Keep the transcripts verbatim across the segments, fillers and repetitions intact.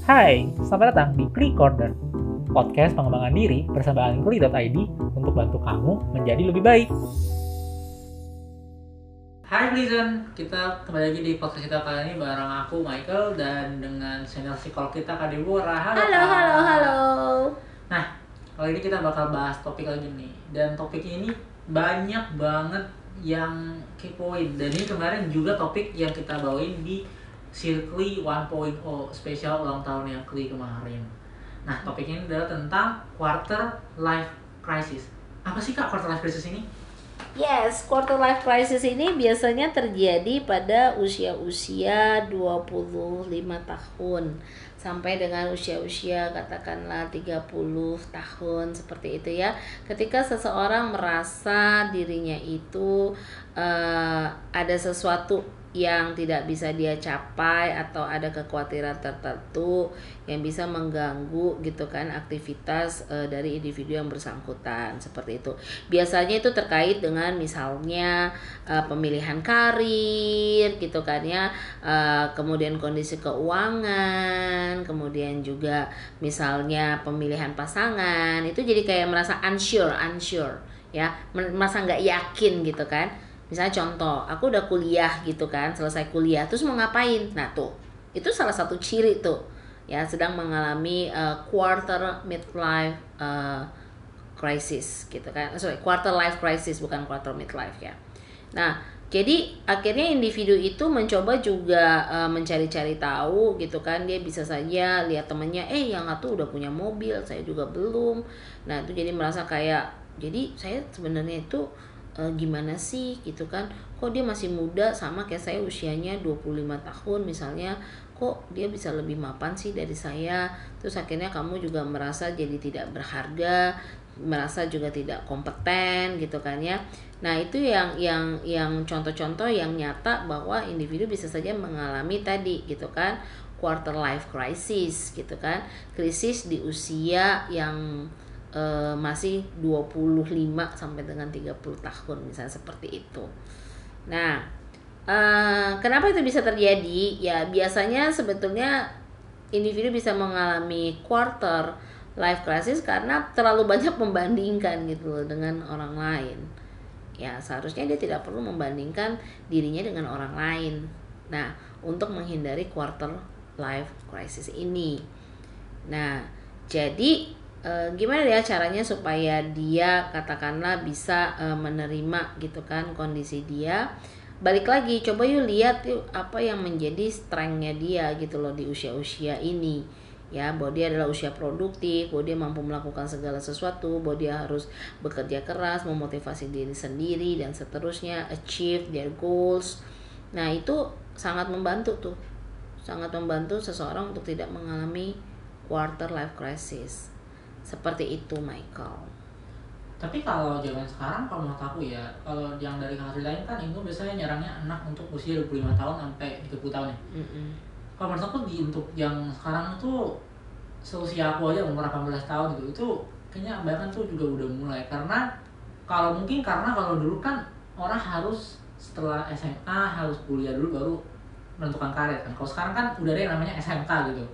Hai, selamat datang di Klik Corner, podcast pengembangan diri bersama ankli dot i d untuk bantu kamu menjadi lebih baik. Hai Blizzard, kita kembali lagi di podcast kita kali ini bareng aku Michael dan dengan senior psikolog kita Kak Deborah. Halo, halo, Kak. halo, halo. Nah, kali ini kita bakal bahas topik lagi nih, dan topiknya ini banyak banget yang kepoin. Dan ini kemarin juga topik yang kita bawain di Circle satu titik nol spesial ulang tahun yang Kli kemarin. Nah, topik ini adalah tentang quarter life crisis. Apa sih Kak quarter life crisis ini? Yes, quarter life crisis ini biasanya terjadi pada usia-usia dua puluh lima tahun sampai dengan usia-usia katakanlah tiga puluh tahun, seperti itu ya. Ketika seseorang merasa dirinya itu uh, ada sesuatu yang tidak bisa dia capai atau ada kekhawatiran tertentu yang bisa mengganggu gitu kan aktivitas e, dari individu yang bersangkutan, seperti itu. Biasanya itu terkait dengan misalnya e, pemilihan karir gitu kan ya, e, kemudian kondisi keuangan, kemudian juga misalnya pemilihan pasangan, itu jadi kayak merasa unsure, unsure ya, merasa nggak yakin gitu kan. Misalnya contoh, aku udah kuliah gitu kan, selesai kuliah, terus mau ngapain? Nah tuh, itu salah satu ciri tuh, ya sedang mengalami uh, quarter midlife uh, crisis gitu kan, sorry quarter life crisis bukan quarter midlife ya. Nah jadi akhirnya individu itu mencoba juga uh, mencari-cari tahu gitu kan, dia bisa saja lihat temennya, eh yang satu udah punya mobil, saya juga belum. Nah itu jadi merasa kayak, jadi saya sebenarnya itu E, gimana sih gitu kan, kok dia masih muda sama kayak saya usianya dua puluh lima tahun misalnya, kok dia bisa lebih mapan sih dari saya. Terus akhirnya kamu juga merasa jadi tidak berharga, merasa juga tidak kompeten gitu kan ya. Nah itu yang yang yang contoh-contoh yang nyata bahwa individu bisa saja mengalami tadi gitu kan, quarter life crisis gitu kan, krisis di usia yang Uh, masih dua puluh lima sampai dengan tiga puluh tahun misalnya, seperti itu. Nah, uh, kenapa itu bisa terjadi? Ya biasanya sebetulnya individu bisa mengalami quarter life crisis karena terlalu banyak membandingkan gitu loh dengan orang lain. Ya seharusnya dia tidak perlu membandingkan dirinya dengan orang lain. Nah, untuk menghindari quarter life crisis ini. Nah, jadi E, gimana ya caranya supaya dia katakanlah bisa e, menerima gitu kan kondisi dia. Balik lagi, coba yuk lihat yuk apa yang menjadi strength-nya dia gitu loh di usia-usia ini ya, bahwa dia adalah usia produktif, bahwa dia mampu melakukan segala sesuatu, bahwa dia harus bekerja keras, memotivasi diri sendiri dan seterusnya, achieve their goals. Nah itu sangat membantu tuh, sangat membantu seseorang untuk tidak mengalami quarter life crisis. Seperti itu Michael. Tapi kalau zaman sekarang, kalau menurut aku ya, kalau yang dari kakak lain kan itu biasanya nyerangnya anak untuk usia dua puluh lima tahun sampai tiga puluh tahun ya. Mm-hmm. Kalau menurut aku di untuk yang sekarang tuh seusia aku aja umur delapan belas tahun gitu, itu kayaknya bahkan tuh juga udah mulai. Karena kalau mungkin karena kalau dulu kan orang harus setelah S M A harus kuliah dulu baru menentukan karir kan. Kalau sekarang kan udah ada yang namanya S M K gitu.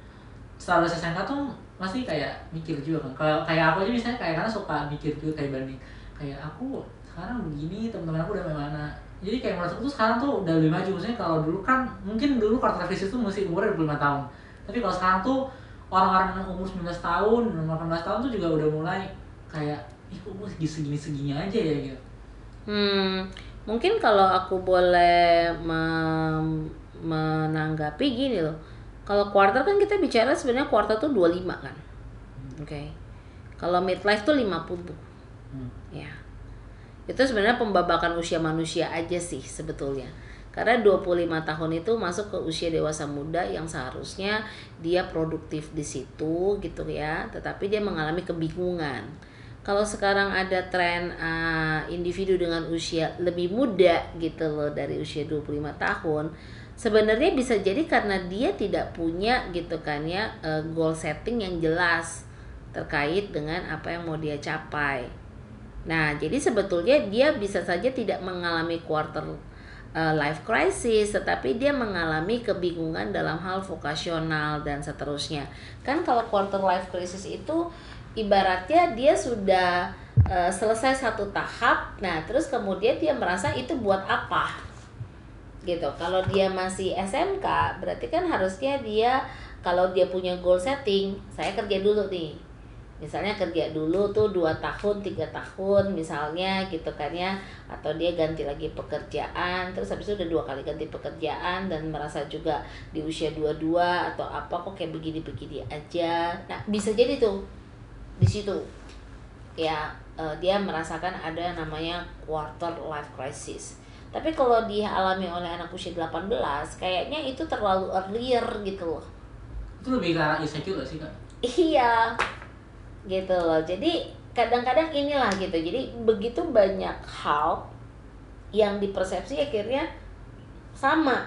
Setelah S M K tuh masih kayak mikir juga kan, kayak kayak aku aja misalnya kayak karena suka mikir juga kayak banding, kayak aku sekarang begini, teman-teman aku udah mana, jadi kayak menurut aku tuh sekarang tuh udah lebih maju. Maksudnya kalau dulu kan mungkin dulu quarter life crisis tuh masih umurnya dua puluh lima tahun, tapi kalau sekarang tuh orang-orang yang umur sembilan belas tahun, delapan belas tahun tuh juga udah mulai kayak ih kok gue segini-segini aja ya gitu. Hmm, mungkin kalau aku boleh mem- menanggapi gini loh. Kalau quarter kan kita bicara sebenarnya quarter tuh dua puluh lima kan. Oke. Okay. Kalau midlife tuh lima puluh. Hmm. Ya. Itu sebenarnya pembabakan usia manusia aja sih sebetulnya. Karena dua puluh lima tahun itu masuk ke usia dewasa muda yang seharusnya dia produktif di situ gitu ya, tetapi dia mengalami kebingungan. Kalau sekarang ada tren uh, individu dengan usia lebih muda gitu loh, dari usia dua puluh lima tahun, sebenarnya bisa jadi karena dia tidak punya gitu kan ya uh, goal setting yang jelas terkait dengan apa yang mau dia capai. Nah, jadi sebetulnya dia bisa saja tidak mengalami quarter uh, life crisis, tetapi dia mengalami kebingungan dalam hal vokasional dan seterusnya. Kan kalau quarter life crisis itu ibaratnya dia sudah uh, selesai satu tahap, nah terus kemudian dia merasa itu buat apa gitu. Kalau dia masih S M K berarti kan harusnya dia, kalau dia punya goal setting, saya kerja dulu nih, misalnya kerja dulu tuh dua tahun tiga tahun misalnya gitu kan ya, atau dia ganti lagi pekerjaan, terus habis itu udah dua kali ganti pekerjaan dan merasa juga di usia dua puluh dua atau apa kok kayak begini-begini aja. Nah bisa jadi tuh di situ ya, uh, dia merasakan ada namanya quarter life crisis. Tapi kalau dialami oleh anak usia delapan belas kayaknya itu terlalu earlier gitu loh. Itu lebih ke arah insecure sih Kak? Iya gitu loh. Jadi kadang-kadang inilah gitu, jadi begitu banyak hal yang dipersepsi akhirnya sama.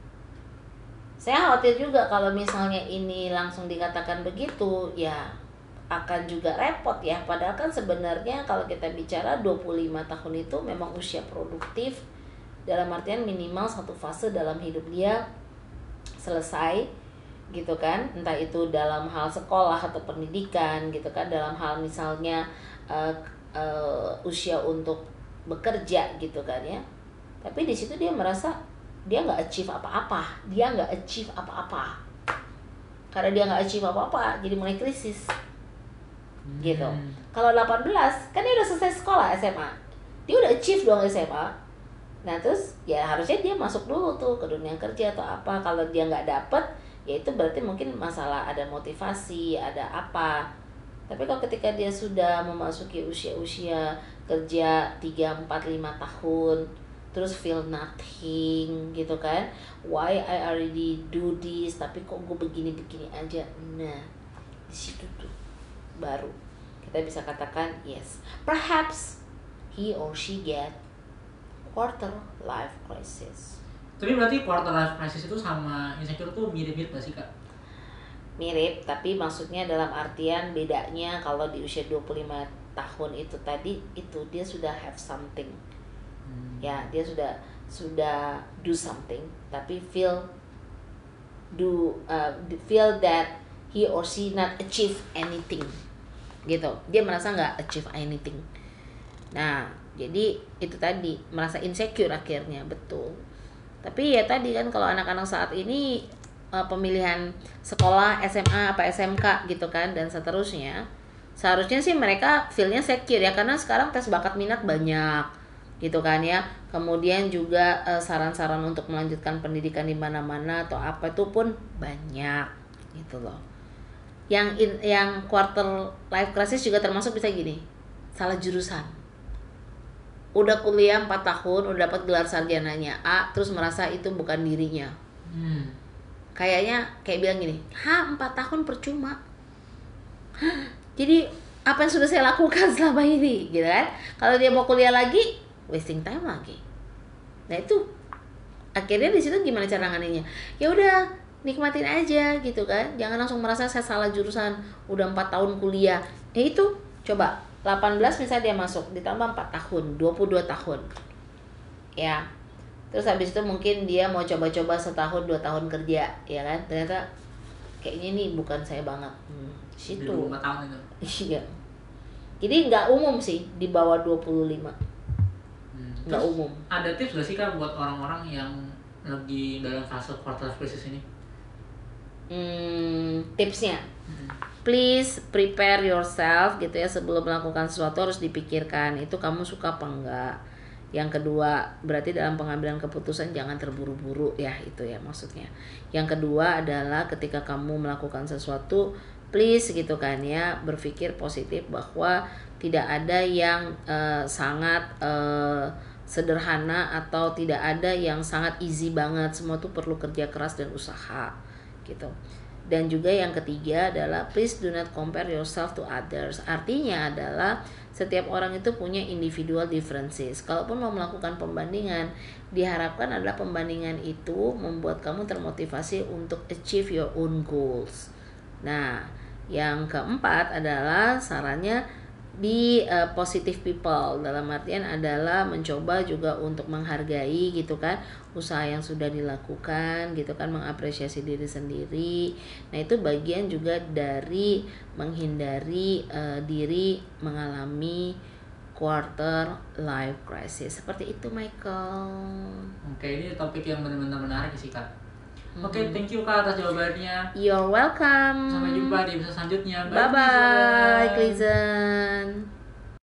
Saya khawatir juga kalau misalnya ini langsung dikatakan begitu ya akan juga repot ya. Padahal kan sebenarnya kalau kita bicara dua puluh lima tahun itu memang usia produktif, dalam artian minimal satu fase dalam hidup dia selesai gitu kan, entah itu dalam hal sekolah atau pendidikan gitu kan, dalam hal misalnya uh, uh, usia untuk bekerja gitu kan ya. Tapi di situ dia merasa dia nggak achieve apa-apa, dia nggak achieve apa-apa. Karena dia nggak achieve apa-apa, jadi mulai krisis hmm. gitu. Kalau delapan belas kan dia udah selesai sekolah S M A, dia udah achieve dong S M A. Nah terus ya harusnya dia masuk dulu tuh ke dunia kerja atau apa. Kalau dia nggak dapet, ya itu berarti mungkin masalah ada motivasi, ada apa. Tapi kalau ketika dia sudah memasuki usia-usia kerja tiga, empat, lima tahun, terus feel nothing gitu kan, why I already do this tapi kok gue begini-begini aja. Nah di situ tuh baru kita bisa katakan yes, perhaps he or she get quarter life crisis. Tapi berarti quarter life crisis itu sama insecure tuh mirip-mirip gak sih Kak? Mirip, tapi maksudnya dalam artian bedanya kalau di usia dua puluh lima tahun itu tadi, itu dia sudah have something. Hmm. Ya, dia sudah sudah do something, tapi feel do uh, feel that he or she not achieve anything. Gitu. Dia merasa nggak achieve anything. Nah, jadi itu tadi merasa insecure akhirnya, betul. Tapi ya tadi kan kalau anak-anak saat ini pemilihan sekolah S M A apa S M K gitu kan dan seterusnya, seharusnya sih mereka feel-nya secure ya, karena sekarang tes bakat minat banyak gitu kan ya. Kemudian juga uh, saran-saran untuk melanjutkan pendidikan di mana-mana atau apa itu pun banyak gitu loh. Yang in, yang quarter life crisis juga termasuk bisa gini, salah jurusan. Udah kuliah empat tahun, udah dapat gelar sarjananya A, terus merasa itu bukan dirinya. Hmm. Kayaknya kayak bilang gini, ha empat tahun percuma. Hah, jadi apa yang sudah saya lakukan selama ini, gitu kan? Kalau dia mau kuliah lagi, wasting time lagi. Nah itu akhirnya di situ gimana cara nanganinya? Ya udah nikmatin aja gitu kan, jangan langsung merasa saya salah jurusan. Udah empat tahun kuliah, ya itu coba. delapan belas misalnya dia masuk, ditambah empat tahun, dua puluh dua tahun. Ya. Terus habis itu mungkin dia mau coba-coba setahun, dua tahun kerja, ya kan? Ternyata kayaknya ini bukan saya banget. Hmm, situ. dua puluh lima tahun itu. Iya. Jadi nggak umum sih di bawah dua puluh lima. Hmm. Nggak umum. Ada tips nggak sih Kak buat orang-orang yang lagi dalam fase quarter life crisis ini? Hmm, tipsnya. Hmm. Please prepare yourself gitu ya, sebelum melakukan sesuatu harus dipikirkan itu kamu suka apa enggak. Yang kedua, berarti dalam pengambilan keputusan jangan terburu-buru ya, itu ya maksudnya. Yang kedua adalah ketika kamu melakukan sesuatu, please gitu kan ya, berpikir positif bahwa tidak ada yang uh, sangat uh, sederhana atau tidak ada yang sangat easy banget. Semua tuh perlu kerja keras dan usaha gitu. Dan juga yang ketiga adalah please do not compare yourself to others. Artinya adalah setiap orang itu punya individual differences. Kalaupun mau melakukan pembandingan, diharapkan adalah pembandingan itu membuat kamu termotivasi untuk achieve your own goals. Nah, yang keempat adalah sarannya be uh, positive people, dalam artian adalah mencoba juga untuk menghargai gitu kan usaha yang sudah dilakukan gitu kan, mengapresiasi diri sendiri. Nah itu bagian juga dari menghindari uh, diri mengalami quarter life crisis. Seperti itu Michael. Oke, ini topik yang benar-benar menarik sih Kak. Oke, okay, thank you Kak atas jawabannya. You're welcome. Sampai jumpa di episode selanjutnya. Bye bye, Klizen.